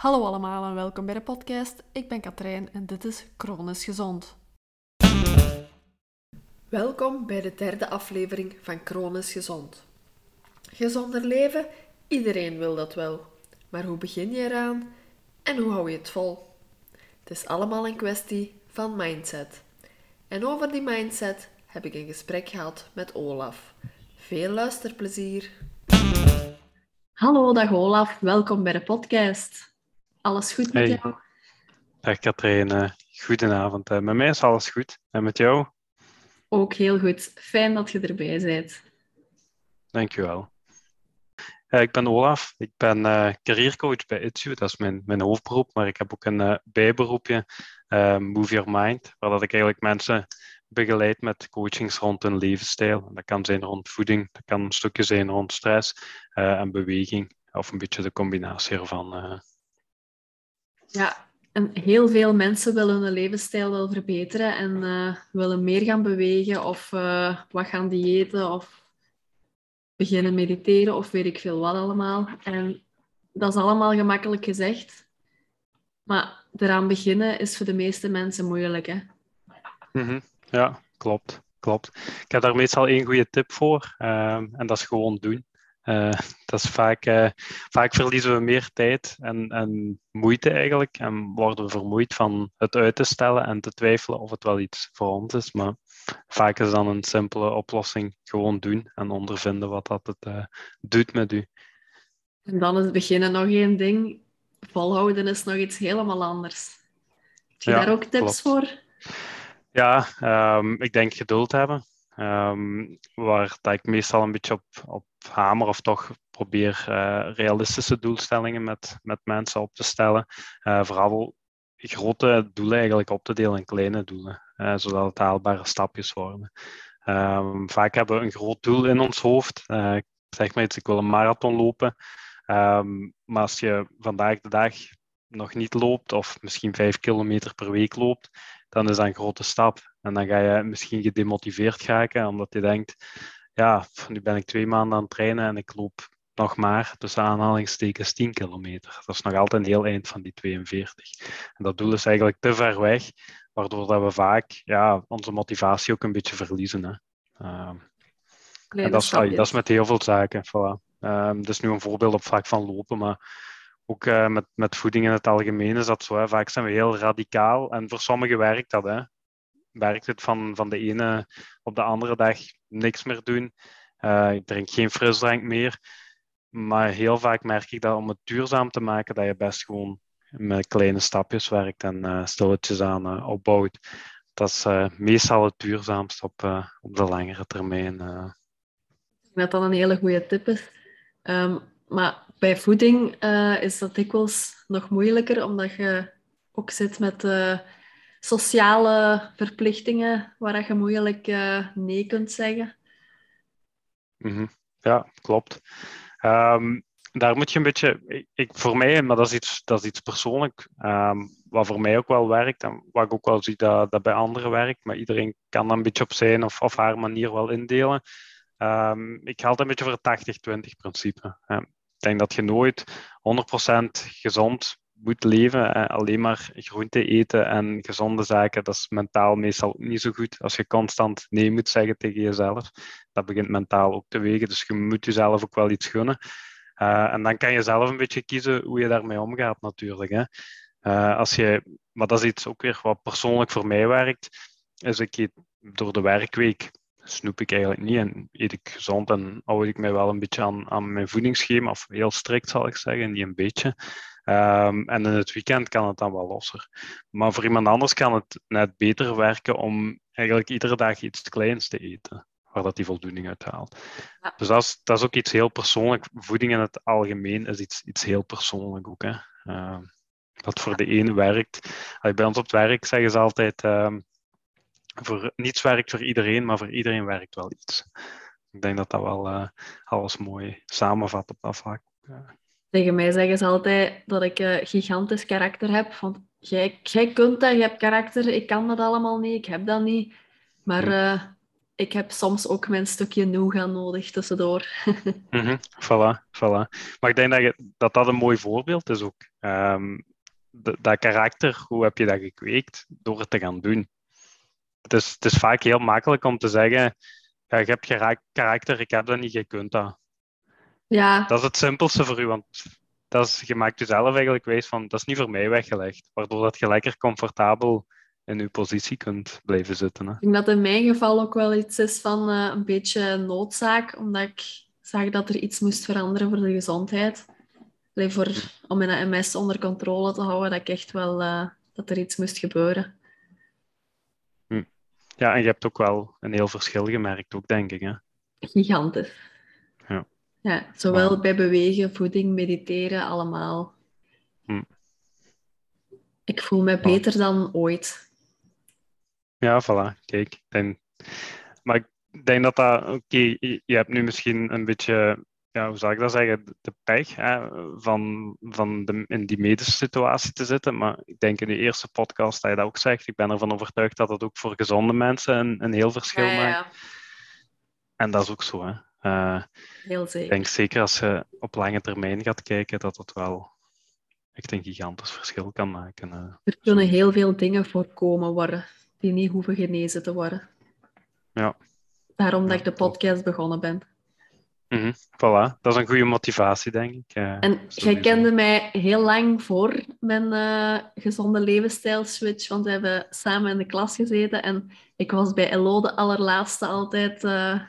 Hallo allemaal en welkom bij de podcast. Ik ben Katrijn en dit is Chronisch Gezond. Welkom bij de derde aflevering van Chronisch Gezond. Gezonder leven, iedereen wil dat wel. Maar hoe begin je eraan en hoe hou je het vol? Het is allemaal een kwestie van mindset. En over die mindset heb ik een gesprek gehad met Olaf. Veel luisterplezier. Hallo, dag Olaf. Welkom bij de podcast. Alles goed met Hey, jou? dag Katrijn. Goedenavond. Met mij is alles goed. En met jou? Ook heel goed. Fijn dat je erbij bent. Dankjewel. Ik ben Olaf. Ik ben careercoach bij ITSU. Dat is mijn hoofdberoep. Maar ik heb ook een bijberoepje, Move Your Mind, waar dat ik eigenlijk mensen begeleid met coachings rond hun levensstijl. Dat kan zijn rond voeding, dat kan een stukje zijn rond stress en beweging. Of een beetje de combinatie ervan. Ja, en heel veel mensen willen hun levensstijl wel verbeteren en willen meer gaan bewegen of wat gaan diëten of beginnen mediteren of weet ik veel wat allemaal. En dat is allemaal gemakkelijk gezegd, maar eraan beginnen is voor de meeste mensen moeilijk, hè? Mhm. Ja, klopt. Ik heb daar meestal één goede tip voor. En dat is gewoon doen. Dat is vaak verliezen we meer tijd en moeite eigenlijk. En worden we vermoeid van het uit te stellen en te twijfelen of het wel iets voor ons is. Maar vaak is dan een simpele oplossing gewoon doen en ondervinden wat dat het doet met u. En dan is beginnen nog één ding. Volhouden is nog iets helemaal anders. Heb je daar Ja, ook tips klopt. voor? Ja, ik denk geduld hebben. Waar dat ik meestal een beetje op hamer of toch probeer realistische doelstellingen met mensen op te stellen. Vooral grote doelen eigenlijk op te delen in kleine doelen, zodat het haalbare stapjes worden. Vaak hebben we een groot doel in ons hoofd. Ik zeg maar iets, ik wil een marathon lopen. Maar als je vandaag de dag nog niet loopt of misschien 5 kilometer per week loopt, dan is dat een grote stap. En dan ga je misschien gedemotiveerd raken, omdat je denkt, ja, nu ben ik 2 maanden aan het trainen en ik loop nog maar tussen aanhalingstekens 10 kilometer. Dat is nog altijd een heel eind van die 42. En dat doel is eigenlijk te ver weg, waardoor dat we vaak onze motivatie ook een beetje verliezen. Hè. En Kleine dat is stapjes. met heel veel zaken. Voilà. Dat is nu een voorbeeld op vlak van lopen, maar ook met voeding in het algemeen is dat zo. Hè. Vaak zijn we heel radicaal en voor sommigen werkt dat. Hè. Werkt het van de ene op de andere dag niks meer doen. Ik drink geen frisdrank meer. Maar heel vaak merk ik dat om het duurzaam te maken, dat je best gewoon met kleine stapjes werkt en stilletjes aan opbouwt. Dat is meestal het duurzaamst op de langere termijn. Dat dat een hele goede tip is. Maar bij voeding is dat dikwijls nog moeilijker, omdat je ook zit met sociale verplichtingen waar dat je moeilijk nee kunt zeggen. Mhm. Ja, klopt. Daar moet je een beetje, voor mij, maar dat is iets persoonlijk, wat voor mij ook wel werkt en wat ik ook wel zie dat bij anderen werkt, maar iedereen kan dat een beetje op zijn of haar manier wel indelen. Ik ga altijd een beetje voor het 80-20 principe. Ik denk dat je nooit 100% gezond moet leven. Alleen maar groente eten en gezonde zaken, dat is mentaal meestal ook niet zo goed. Als je constant nee moet zeggen tegen jezelf, dat begint mentaal ook te wegen. Dus je moet jezelf ook wel iets gunnen. En dan kan je zelf een beetje kiezen hoe je daarmee omgaat natuurlijk. Hè. Maar dat is iets ook weer wat persoonlijk voor mij werkt. Is ik eet door de werkweek snoep ik eigenlijk niet en eet ik gezond en houd ik mij wel een beetje aan mijn voedingsschema, of heel strikt zal ik zeggen, niet een beetje. En in het weekend kan het dan wel losser. Maar voor iemand anders kan het net beter werken om eigenlijk iedere dag iets kleins te eten, waar dat die voldoening uit haalt. Ja. Dus dat is ook iets heel persoonlijk. Voeding in het algemeen is iets heel persoonlijk ook. Hè. Wat voor de ene werkt. Bij ons op het werk zeggen ze altijd, niets werkt voor iedereen, maar voor iedereen werkt wel iets. Ik denk dat dat wel alles mooi samenvat op dat vlak. Tegen mij zeggen ze altijd dat ik gigantisch karakter heb. Want jij kunt dat, je hebt karakter, ik kan dat allemaal niet, ik heb dat niet. Maar ik heb soms ook mijn stukje nougat nodig tussendoor. Voilà. Maar ik denk dat dat een mooi voorbeeld is ook. dat karakter, hoe heb je dat gekweekt? Door het te gaan doen. Het is vaak heel makkelijk om te zeggen, ja, je hebt karakter, ik heb dat niet, je kunt dat. Ja, Dat is het simpelste voor u, want je maakt jezelf eigenlijk wijs van, dat is niet voor mij weggelegd, waardoor dat je lekker comfortabel in je positie kunt blijven zitten. Hè. ik denk dat in mijn geval ook wel iets is van een beetje noodzaak, omdat ik zag dat er iets moest veranderen voor de gezondheid. Allee, Hm. om mijn MS onder controle te houden, dat ik echt wel dat er iets moest gebeuren. Hm. Ja, en je hebt ook wel een heel verschil gemerkt, ook denk ik. Hè. Gigantisch. Ja, Ja, zowel voilà. bij bewegen, voeding, mediteren, allemaal. Hm. Ik voel me Voilà. beter dan ooit. Ja, voilà, kijk. Maar ik denk oké, je hebt nu misschien een beetje, ja, hoe zou ik dat zeggen, de pech hè, in die medische situatie te zitten. Maar ik denk in de eerste podcast dat je dat ook zegt. Ik ben ervan overtuigd dat het ook voor gezonde mensen een heel Ja, verschil ja, maakt. ja. En dat is ook zo. Hè. Heel Ik denk zeker. zeker als je op lange termijn gaat kijken, dat het wel echt een gigantisch verschil kan maken. Er kunnen heel Sowieso. veel dingen voorkomen worden die niet hoeven genezen te worden. Ja, Daarom dat ja, ik de klopt. podcast begonnen ben. Mhm, voilà, dat is een goede motivatie, denk ik. En jij Sowieso. kende mij heel lang voor mijn gezonde levensstijl switch, want we hebben samen in de klas gezeten en ik was bij LO de allerlaatste altijd.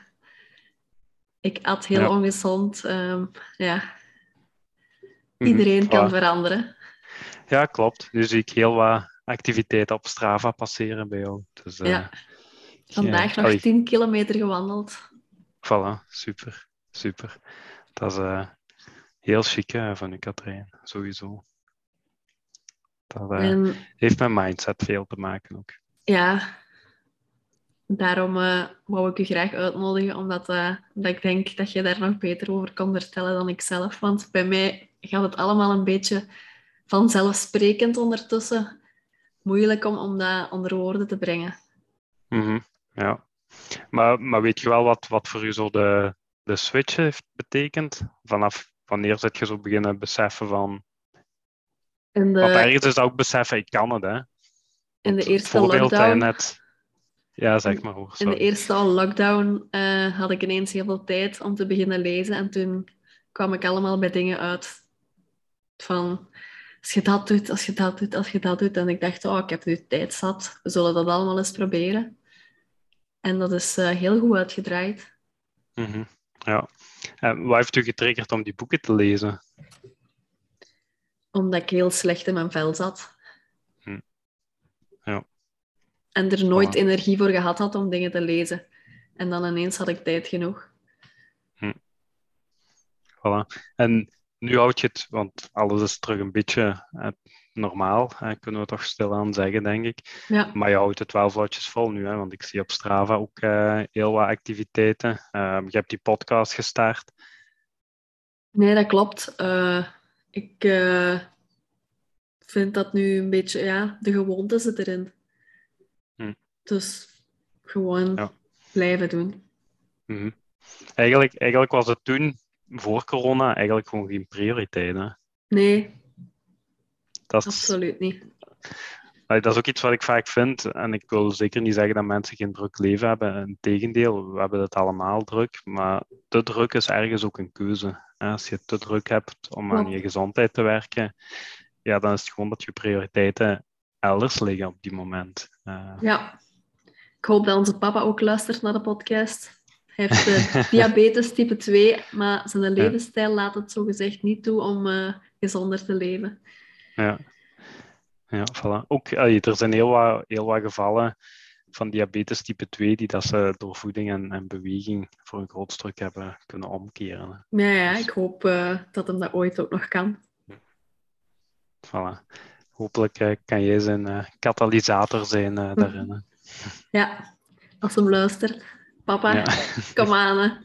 Ik at heel Ja, ongezond. Ja, mhm, iedereen kan voilà. veranderen. Ja, klopt. Nu zie ik heel wat activiteiten op Strava passeren bij jou. Dus, Ja, vandaag nog allee, 10 kilometer gewandeld. voilà, super, super. Dat is heel chic van u, Katrijn, sowieso. Dat En heeft met mindset veel te maken ook. ja, daarom wou ik u graag uitnodigen, omdat ik denk dat je daar nog beter over kan vertellen dan ik zelf. Want bij mij gaat het allemaal een beetje vanzelfsprekend ondertussen. Moeilijk om dat onder woorden te brengen. Mhm, ja. Maar weet je wel wat voor u zo de switch heeft betekend? Vanaf wanneer zit je zo beginnen beseffen van... In Want de, ergens is dat ook beseffen, ik kan het, hè. in de Want het eerste voorbeeld dat je lockdown, net... Ja, zeg in, maar hoor, in de sorry. eerste lockdown had ik ineens heel veel tijd om te beginnen lezen. En toen kwam ik allemaal bij dingen uit van als je dat doet, als je dat doet, als je dat doet. En ik dacht, oh, ik heb nu tijd zat. We zullen dat allemaal eens proberen. En dat is heel goed uitgedraaid. Mhm, ja. En wat heeft u getriggerd om die boeken te lezen? Omdat ik heel slecht in mijn vel zat. Hm, ja, En er nooit voilà. energie voor gehad had om dingen te lezen. En dan ineens had ik tijd genoeg. Hm, voilà. En nu houd je het, want alles is terug een beetje normaal, kunnen we toch stilaan zeggen, denk ik. Ja, Maar je houdt het wel vlotjes vol nu, hè, want ik zie op Strava ook heel wat activiteiten. Je hebt die podcast gestart. nee, dat klopt. Ik vind dat nu een beetje, ja, de gewoonte zit erin. Hm, Dus gewoon ja. blijven doen. Mhm. Eigenlijk was het toen, voor corona, eigenlijk gewoon geen prioriteit. Hè. Nee, Dat is, absoluut niet. dat is ook iets wat ik vaak vind. En ik wil zeker niet zeggen dat mensen geen druk leven hebben. Integendeel, we hebben het allemaal druk. Maar te druk is ergens ook een keuze. Als je te druk hebt om aan je Klopt. gezondheid te werken, ja, dan is het gewoon dat je prioriteiten elders liggen op die moment. Ja, ik hoop dat onze papa ook luistert naar de podcast. Hij heeft diabetes type 2, maar zijn ja, levensstijl laat het zogezegd niet toe om gezonder te leven. ja, ja, voilà. Ook, er zijn heel wat gevallen van diabetes type 2 die dat ze door voeding en beweging voor een groot stuk hebben kunnen omkeren. Hè. Ja, ja, ik Dus hoop dat hem dat ooit ook nog kan. voilà. Hopelijk kan jij zijn katalysator zijn daarin. Hè. Ja, als hem luistert. Ja, Papa, kom aan. Hè.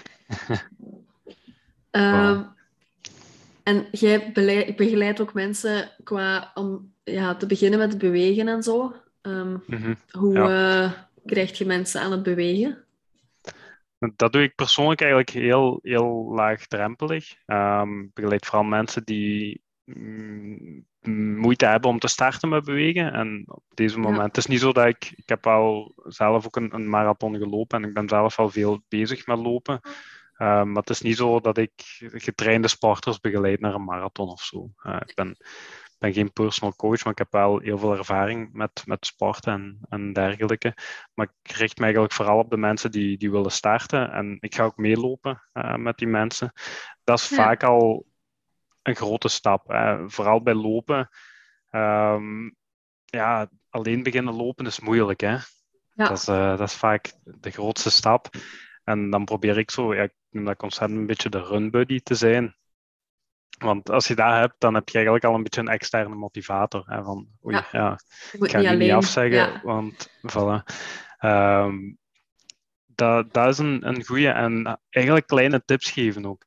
voilà. Ehm, en jij begeleidt ook mensen qua om ja, te beginnen met bewegen en zo. Mhm. Hoe Ja. krijg je mensen aan het bewegen? Dat doe ik persoonlijk eigenlijk heel laagdrempelig. Ik begeleid vooral mensen die moeite hebben om te starten met bewegen. En op deze moment, het is niet zo dat ik heb al zelf ook een marathon gelopen en ik ben zelf al veel bezig met lopen. Maar het is niet zo dat ik getrainde sporters begeleid naar een marathon of zo. Ik ben geen personal coach, maar ik heb wel heel veel ervaring met sport en dergelijke. Maar ik richt me eigenlijk vooral op de mensen die willen starten. En ik ga ook meelopen met die mensen. Dat is vaak al een grote stap. Vooral bij lopen. Alleen beginnen lopen is moeilijk. Hè? Ja. Dat is vaak de grootste stap. En dan probeer ik zo, ik noem dat concept een beetje de run buddy te zijn. Want als je dat hebt, dan heb je eigenlijk al een beetje een externe motivator. Hè, van, Je moet ik ga nu niet alleen afzeggen, want voilà. Dat is een goede. En eigenlijk kleine tips geven ook.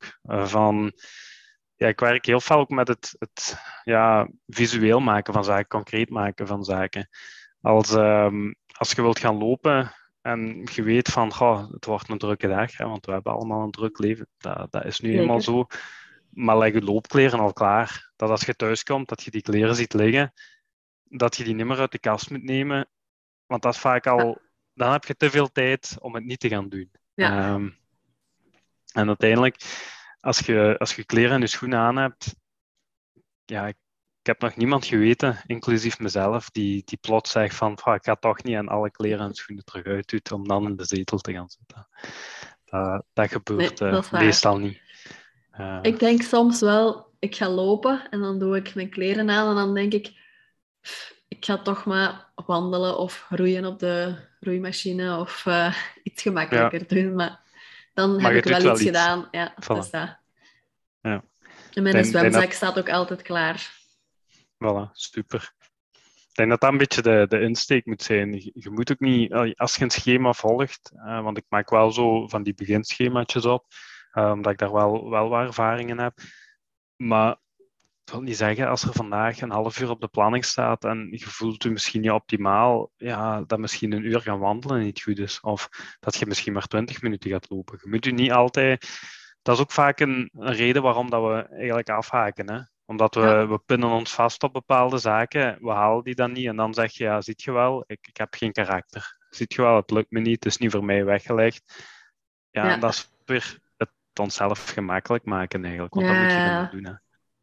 Ik werk heel veel ook met het visueel maken van zaken, concreet maken van zaken. Als je wilt gaan lopen en je weet van, het wordt een drukke dag, hè, want we hebben allemaal een druk leven. Dat is nu eenmaal zo. Maar leg je loopkleren al klaar. Dat als je thuis komt, dat je die kleren ziet liggen, dat je die niet meer uit de kast moet nemen. Want dat is vaak al... Dan heb je te veel tijd om het niet te gaan doen. Ja. En uiteindelijk, als je kleren en je schoenen aan hebt... Ik heb nog niemand geweten, inclusief mezelf, die plots zegt van ik ga toch niet en alle kleren en schoenen terug uitdoet om dan in de zetel te gaan zitten. Dat gebeurt meestal niet. Ik denk soms wel, ik ga lopen en dan doe ik mijn kleren aan en dan denk ik ga toch maar wandelen of roeien op de roeimachine of iets gemakkelijker doen. Maar dan heb ik wel iets gedaan. Ja, voilà. Dus dat. Ja. En mijn zwemzak staat ook altijd klaar. Voilà, super. Ik denk dat dat een beetje de insteek moet zijn. Je moet ook niet, als je een schema volgt, want ik maak wel zo van die beginschemaatjes op, omdat ik daar wel wat ervaringen heb. Maar ik wil niet zeggen, als er vandaag een half uur op de planning staat en je voelt je misschien niet optimaal, dat misschien een uur gaan wandelen niet goed is. Of dat je misschien maar 20 minuten gaat lopen. Je moet je niet altijd... Dat is ook vaak een reden waarom dat we eigenlijk afhaken. Hè? Omdat we pinnen ons vast op bepaalde zaken, we halen die dan niet. En dan zeg je, ziet je wel, ik heb geen karakter. Ziet je wel, het lukt me niet, het is niet voor mij weggelegd. En dat is weer het onszelf gemakkelijk maken eigenlijk. Want dat moet je dan doen. Hè?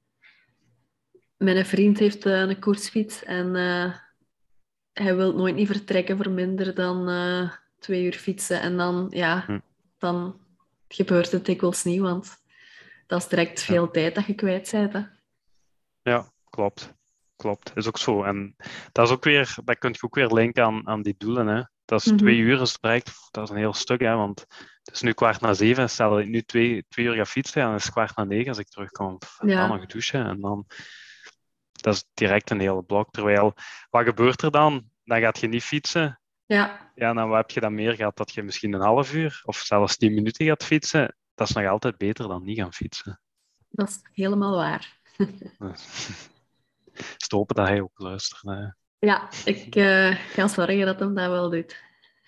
Mijn vriend heeft een koersfiets en hij wil nooit niet vertrekken voor minder dan 2 uur fietsen. En dan gebeurt het dikwijls niet, want dat is direct veel tijd dat je kwijt bent. Hè. Ja, klopt. Is ook zo. En dat kun je ook weer linken aan die doelen. Hè. Dat is 2 uur is direct, dat is een heel stuk. Hè, want het is nu 7:15. Stel dat ik nu 2 uur ga fietsen, dan is het 8:45 als ik terugkom. Dan nog douchen en dan... Dat is direct een hele blok. Terwijl, wat gebeurt er dan? Dan gaat je niet fietsen. Ja, dan wat heb je dan meer gehad? Dat je misschien een half uur of zelfs 10 minuten gaat fietsen. Dat is nog altijd beter dan niet gaan fietsen. Dat is helemaal waar. Is te hopen dat hij ook luistert. Hè. Ja, ik ga zorgen dat hem dat wel doet.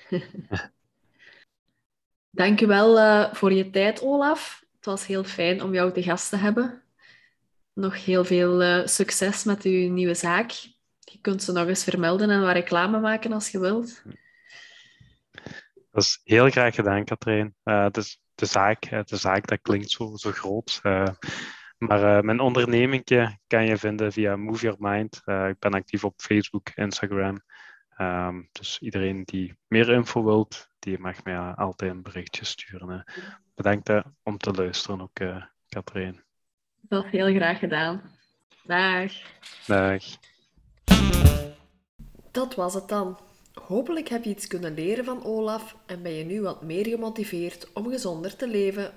Dank u wel voor je tijd, Olaf. Het was heel fijn om jou te gast te hebben. Nog heel veel succes met uw nieuwe zaak. Je kunt ze nog eens vermelden en wat reclame maken als je wilt. Dat is heel graag gedaan, Katrijn. De zaak, dat klinkt zo groot. Maar mijn onderneming kan je vinden via Move Your Mind. Ik ben actief op Facebook, Instagram. Dus iedereen die meer info wilt, die mag mij altijd een berichtje sturen. Bedankt om te luisteren ook, Katrijn. Dat is heel graag gedaan. Dag. Dag. Dat was het dan. Hopelijk heb je iets kunnen leren van Olaf en ben je nu wat meer gemotiveerd om gezonder te leven.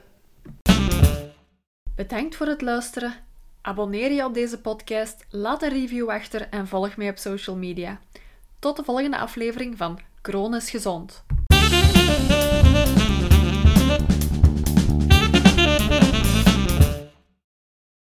Bedankt voor het luisteren. Abonneer je op deze podcast, laat een review achter en volg mij op social media. Tot de volgende aflevering van Chronisch Gezond.